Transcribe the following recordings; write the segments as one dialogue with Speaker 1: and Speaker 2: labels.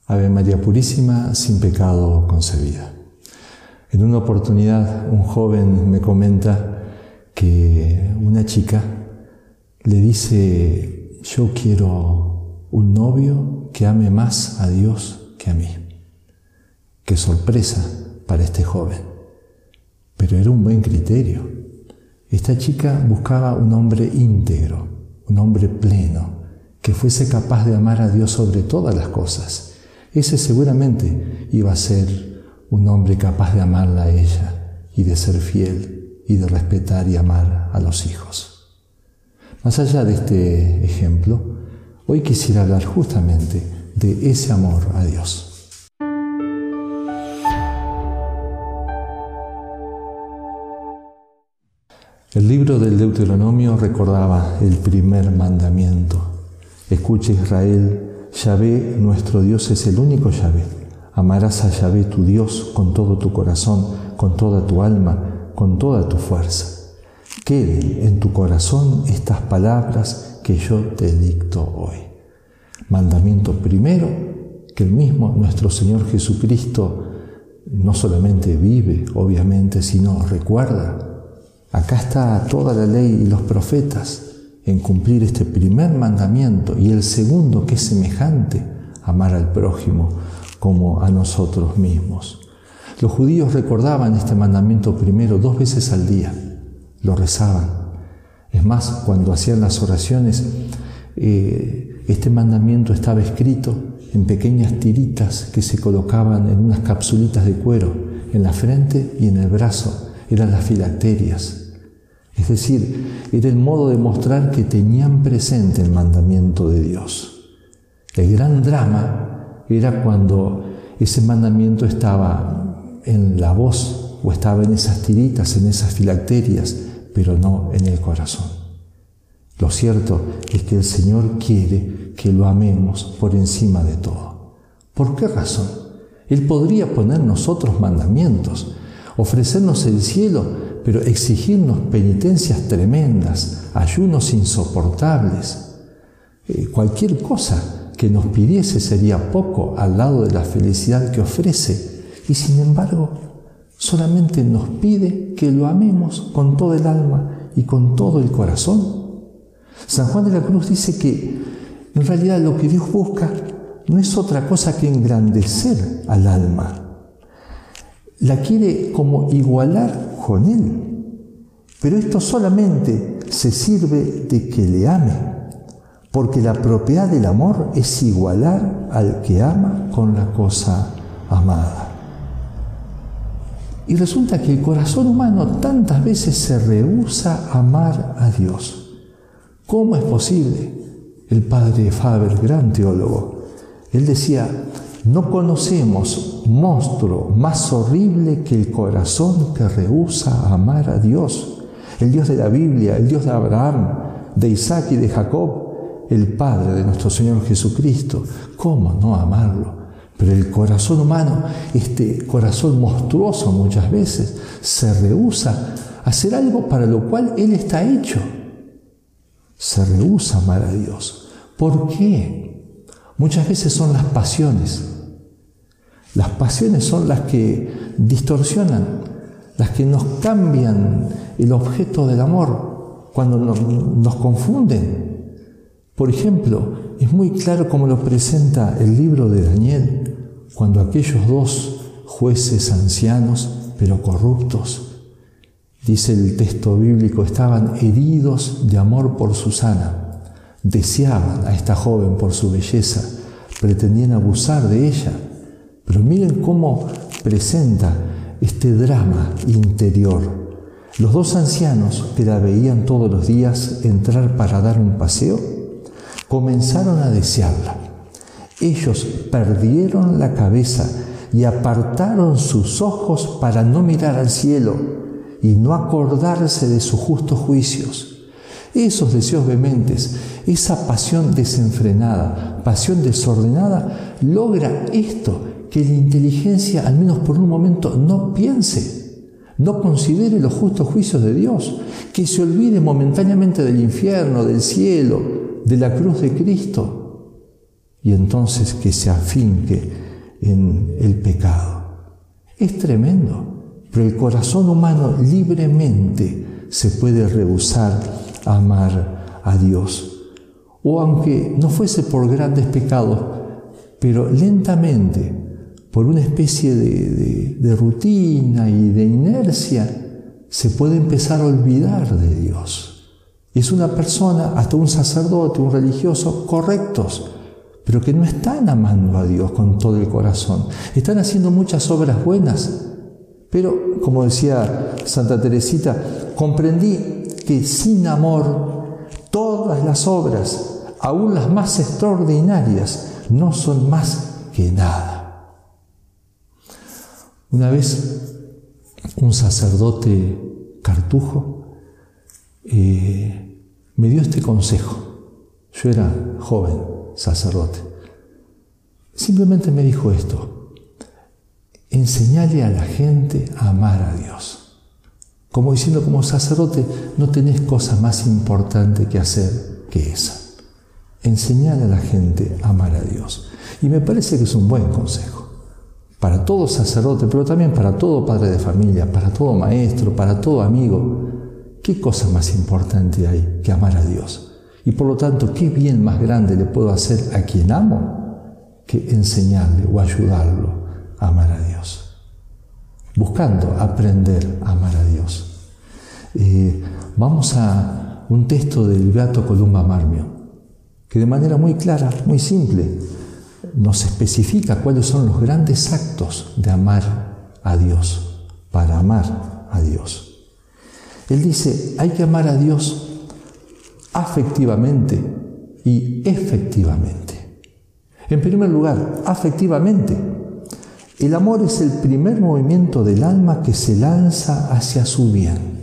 Speaker 1: Ave María Purísima, sin pecado concebida. En una oportunidad, un joven me comenta que una chica le dice: yo quiero un novio que ame más a Dios que a mí. Qué sorpresa para este joven, pero era un buen criterio. Esta chica buscaba un hombre íntegro, un hombre pleno, que fuese capaz de amar a Dios sobre todas las cosas. Ese seguramente iba a ser un hombre capaz de amarla a ella y de ser fiel y de respetar y amar a los hijos. Más allá de este ejemplo, hoy quisiera hablar justamente de ese amor a Dios. El libro del Deuteronomio recordaba el primer mandamiento. Escucha, Israel, Yahvé, nuestro Dios, es el único Yahvé. Amarás a Yahvé tu Dios con todo tu corazón, con toda tu alma, con toda tu fuerza. Queden en tu corazón estas palabras que yo te dicto hoy. Mandamiento primero, que el mismo nuestro Señor Jesucristo no solamente vive, obviamente, sino recuerda. Acá está toda la ley y los profetas en cumplir este primer mandamiento, y el segundo, que es semejante, amar al prójimo como a nosotros mismos. Los judíos recordaban este mandamiento primero 2 veces al día, lo rezaban. Es más, cuando hacían las oraciones, este mandamiento estaba escrito en pequeñas tiritas que se colocaban en unas capsulitas de cuero en la frente y en el brazo. Eran las filacterias. Es decir, era el modo de mostrar que tenían presente el mandamiento de Dios. El gran drama era cuando ese mandamiento estaba en la voz o estaba en esas tiritas, en esas filacterias, pero no en el corazón. Lo cierto es que el Señor quiere que lo amemos por encima de todo. ¿Por qué razón? Él podría ponernos otros mandamientos, ofrecernos el cielo, pero exigirnos penitencias tremendas, ayunos insoportables. Cualquier cosa que nos pidiese sería poco al lado de la felicidad que ofrece. Y sin embargo, solamente nos pide que lo amemos con todo el alma y con todo el corazón. San Juan de la Cruz dice que en realidad lo que Dios busca no es otra cosa que engrandecer al alma. La quiere como igualar con Él. Pero esto solamente se sirve de que le ame, porque la propiedad del amor es igualar al que ama con la cosa amada. Y resulta que el corazón humano tantas veces se rehúsa a amar a Dios. ¿Cómo es posible? El padre Faber, gran teólogo, él decía: no conocemos monstruo más horrible que el corazón que rehúsa amar a Dios, el Dios de la Biblia, el Dios de Abraham, de Isaac y de Jacob, el Padre de nuestro Señor Jesucristo. ¿Cómo no amarlo? Pero el corazón humano, este corazón monstruoso muchas veces, se rehúsa a hacer algo para lo cual Él está hecho. Se rehúsa a amar a Dios. ¿Por qué? Muchas veces son las pasiones. Las pasiones son las que distorsionan, las que nos cambian el objeto del amor, cuando nos confunden. Por ejemplo, es muy claro como lo presenta el libro de Daniel, cuando aquellos 2 jueces ancianos, pero corruptos, dice el texto bíblico, estaban heridos de amor por Susana, deseaban a esta joven por su belleza, pretendían abusar de ella. Pero miren cómo presenta este drama interior. Los 2 ancianos que la veían todos los días entrar para dar un paseo, comenzaron a desearla. Ellos perdieron la cabeza y apartaron sus ojos para no mirar al cielo y no acordarse de sus justos juicios. Esos deseos vehementes, esa pasión desenfrenada, pasión desordenada, logra esto, que la inteligencia, al menos por un momento, no piense, no considere los justos juicios de Dios, que se olvide momentáneamente del infierno, del cielo, de la cruz de Cristo, y entonces que se afinque en el pecado. Es tremendo, pero el corazón humano libremente se puede rehusar a amar a Dios. O aunque no fuese por grandes pecados, pero lentamente, por una especie de rutina y de inercia, se puede empezar a olvidar de Dios. Es una persona, hasta un sacerdote, un religioso, correctos, pero que no están amando a Dios con todo el corazón. Están haciendo muchas obras buenas, pero, como decía Santa Teresita, comprendí que sin amor todas las obras, aún las más extraordinarias, no son más que nada. Una vez un sacerdote cartujo me dio este consejo. Yo era joven sacerdote. Simplemente me dijo esto: enseñale a la gente a amar a Dios. Como diciendo, como sacerdote, no tenés cosa más importante que hacer que esa. Enseñale a la gente a amar a Dios. Y me parece que es un buen consejo. Para todo sacerdote, pero también para todo padre de familia, para todo maestro, para todo amigo. ¿Qué cosa más importante hay que amar a Dios? Y por lo tanto, ¿qué bien más grande le puedo hacer a quien amo que enseñarle o ayudarlo a amar a Dios? Buscando aprender a amar a Dios. Vamos a un texto del Beato Columba Marmio, que de manera muy clara, muy simple, nos especifica cuáles son los grandes actos de amar a Dios, para amar a Dios. Él dice, hay que amar a Dios afectivamente y efectivamente. En primer lugar, afectivamente. El amor es el primer movimiento del alma que se lanza hacia su bien.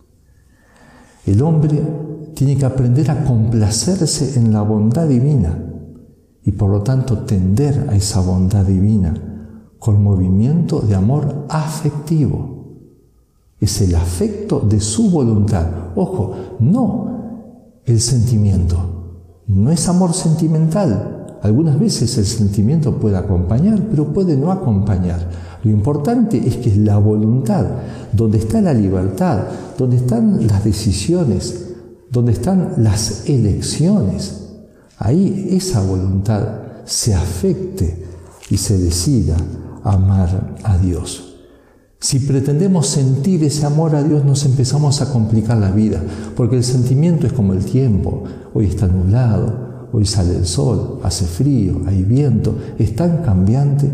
Speaker 1: El hombre tiene que aprender a complacerse en la bondad divina y por lo tanto tender a esa bondad divina con movimiento de amor afectivo. Es el afecto de su voluntad. Ojo, no el sentimiento. No es amor sentimental. Algunas veces el sentimiento puede acompañar, pero puede no acompañar. Lo importante es que es la voluntad, donde está la libertad, donde están las decisiones, donde están las elecciones. Ahí esa voluntad se afecte y se decida a amar a Dios. Si pretendemos sentir ese amor a Dios, nos empezamos a complicar la vida, porque el sentimiento es como el tiempo. Hoy está nublado, hoy sale el sol, hace frío, hay viento, es tan cambiante.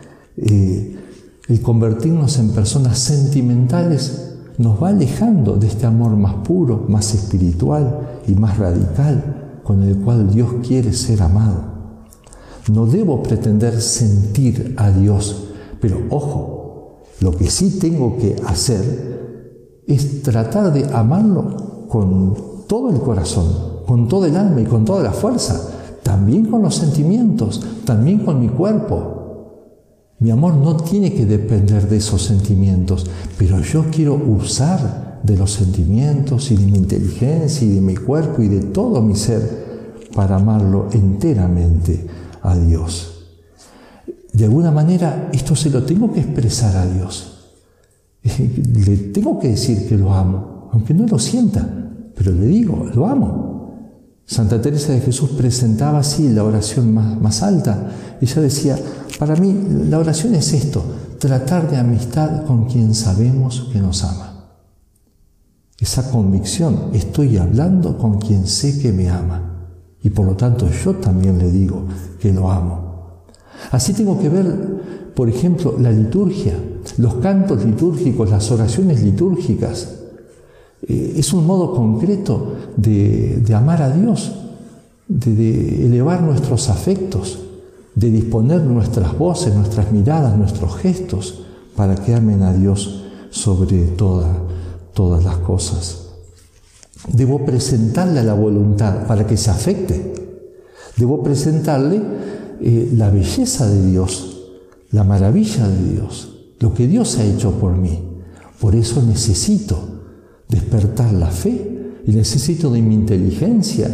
Speaker 1: El convertirnos en personas sentimentales nos va alejando de este amor más puro, más espiritual y más radical, con el cual Dios quiere ser amado. No debo pretender sentir a Dios, pero ojo, lo que sí tengo que hacer es tratar de amarlo con todo el corazón, con todo el alma y con toda la fuerza, también con los sentimientos, también con mi cuerpo. Mi amor no tiene que depender de esos sentimientos, pero yo quiero usar de los sentimientos y de mi inteligencia y de mi cuerpo y de todo mi ser para amarlo enteramente a Dios. De alguna manera esto se lo tengo que expresar a Dios. Le tengo que decir que lo amo, aunque no lo sienta, pero le digo, lo amo. Santa Teresa de Jesús presentaba así la oración más alta. Ella decía, para mí la oración es esto, tratar de amistad con quien sabemos que nos ama. Esa convicción, estoy hablando con quien sé que me ama y por lo tanto yo también le digo que lo amo. Así tengo que ver, por ejemplo, la liturgia, los cantos litúrgicos, las oraciones litúrgicas. Es un modo concreto de amar a Dios, de elevar nuestros afectos, de disponer nuestras voces, nuestras miradas, nuestros gestos para que amen a Dios sobre todas las cosas. Debo presentarle a la voluntad para que se afecte. Debo presentarle la belleza de Dios, la maravilla de Dios, lo que Dios ha hecho por mí. Por eso necesito despertar la fe y necesito de mi inteligencia,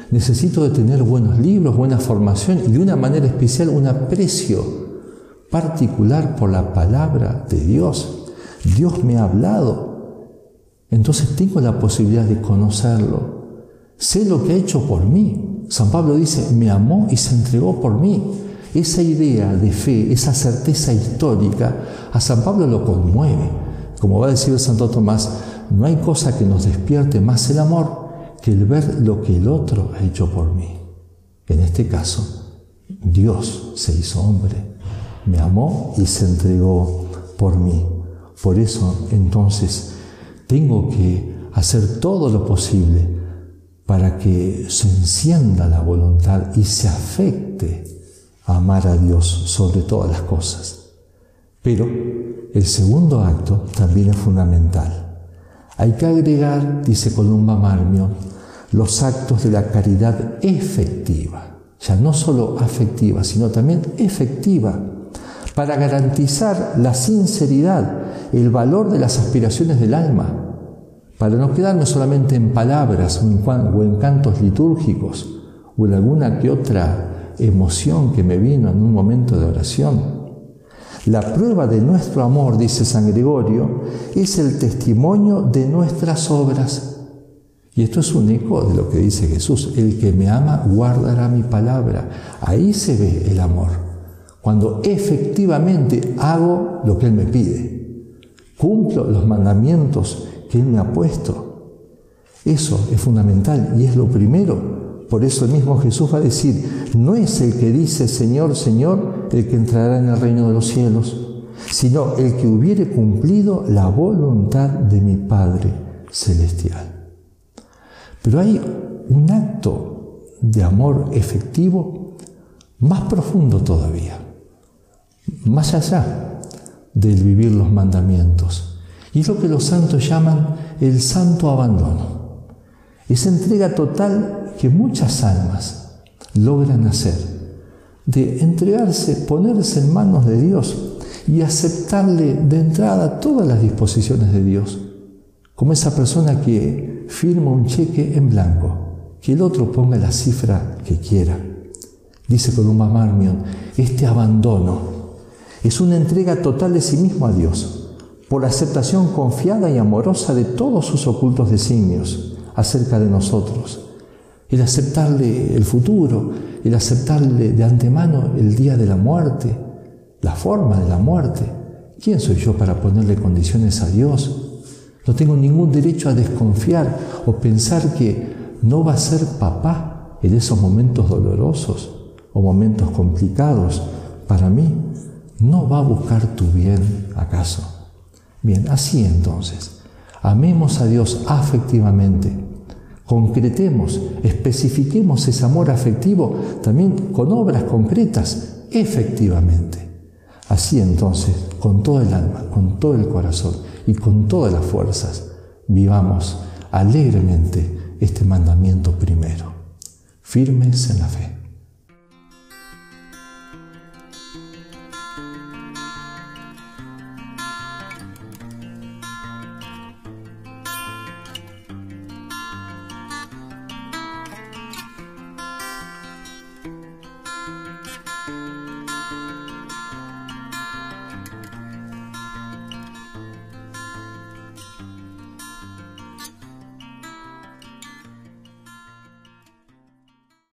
Speaker 1: Necesito de tener buenos libros, buena formación y de una manera especial un aprecio particular por la palabra de Dios. Dios me ha hablado. Entonces tengo la posibilidad de conocerlo. Sé lo que ha hecho por mí. San Pablo dice, me amó y se entregó por mí. Esa idea de fe, esa certeza histórica, a San Pablo lo conmueve. Como va a decir el Santo Tomás, no hay cosa que nos despierte más el amor que el ver lo que el otro ha hecho por mí. En este caso, Dios se hizo hombre, me amó y se entregó por mí. Por eso, entonces, tengo que hacer todo lo posible para que se encienda la voluntad y se afecte a amar a Dios sobre todas las cosas. Pero el segundo acto también es fundamental. Hay que agregar, dice Columba Marmion, los actos de la caridad efectiva, ya no solo afectiva, sino también efectiva, para garantizar la sinceridad, el valor de las aspiraciones del alma, para no quedarme solamente en palabras o en cantos litúrgicos o en alguna que otra emoción que me vino en un momento de oración. La prueba de nuestro amor, dice San Gregorio, es el testimonio de nuestras obras. Y esto es un eco de lo que dice Jesús. El que me ama guardará mi palabra. Ahí se ve el amor. Cuando efectivamente hago lo que Él me pide. Cumplo los mandamientos que Él me ha puesto. Eso es fundamental y es lo primero. Por eso el mismo Jesús va a decir, no es el que dice Señor, Señor, el que entrará en el reino de los cielos, sino el que hubiere cumplido la voluntad de mi Padre celestial. Pero hay un acto de amor efectivo más profundo todavía, más allá del vivir los mandamientos. Y es lo que los santos llaman el santo abandono. Esa entrega total que muchas almas logran hacer, de entregarse, ponerse en manos de Dios y aceptarle de entrada todas las disposiciones de Dios, como esa persona que firma un cheque en blanco, que el otro ponga la cifra que quiera. Dice Columba Marmion, este abandono es una entrega total de sí mismo a Dios, por la aceptación confiada y amorosa de todos sus ocultos designios acerca de nosotros. El aceptarle el futuro, el aceptarle de antemano el día de la muerte, la forma de la muerte. ¿Quién soy yo para ponerle condiciones a Dios? No tengo ningún derecho a desconfiar o pensar que no va a ser papá en esos momentos dolorosos o momentos complicados. Para mí, no va a buscar tu bien, ¿acaso? Bien, así entonces, amemos a Dios afectivamente. Concretemos, especifiquemos ese amor afectivo también con obras concretas, efectivamente. Así entonces, con todo el alma, con todo el corazón y con todas las fuerzas, vivamos alegremente este mandamiento primero, firmes en la fe.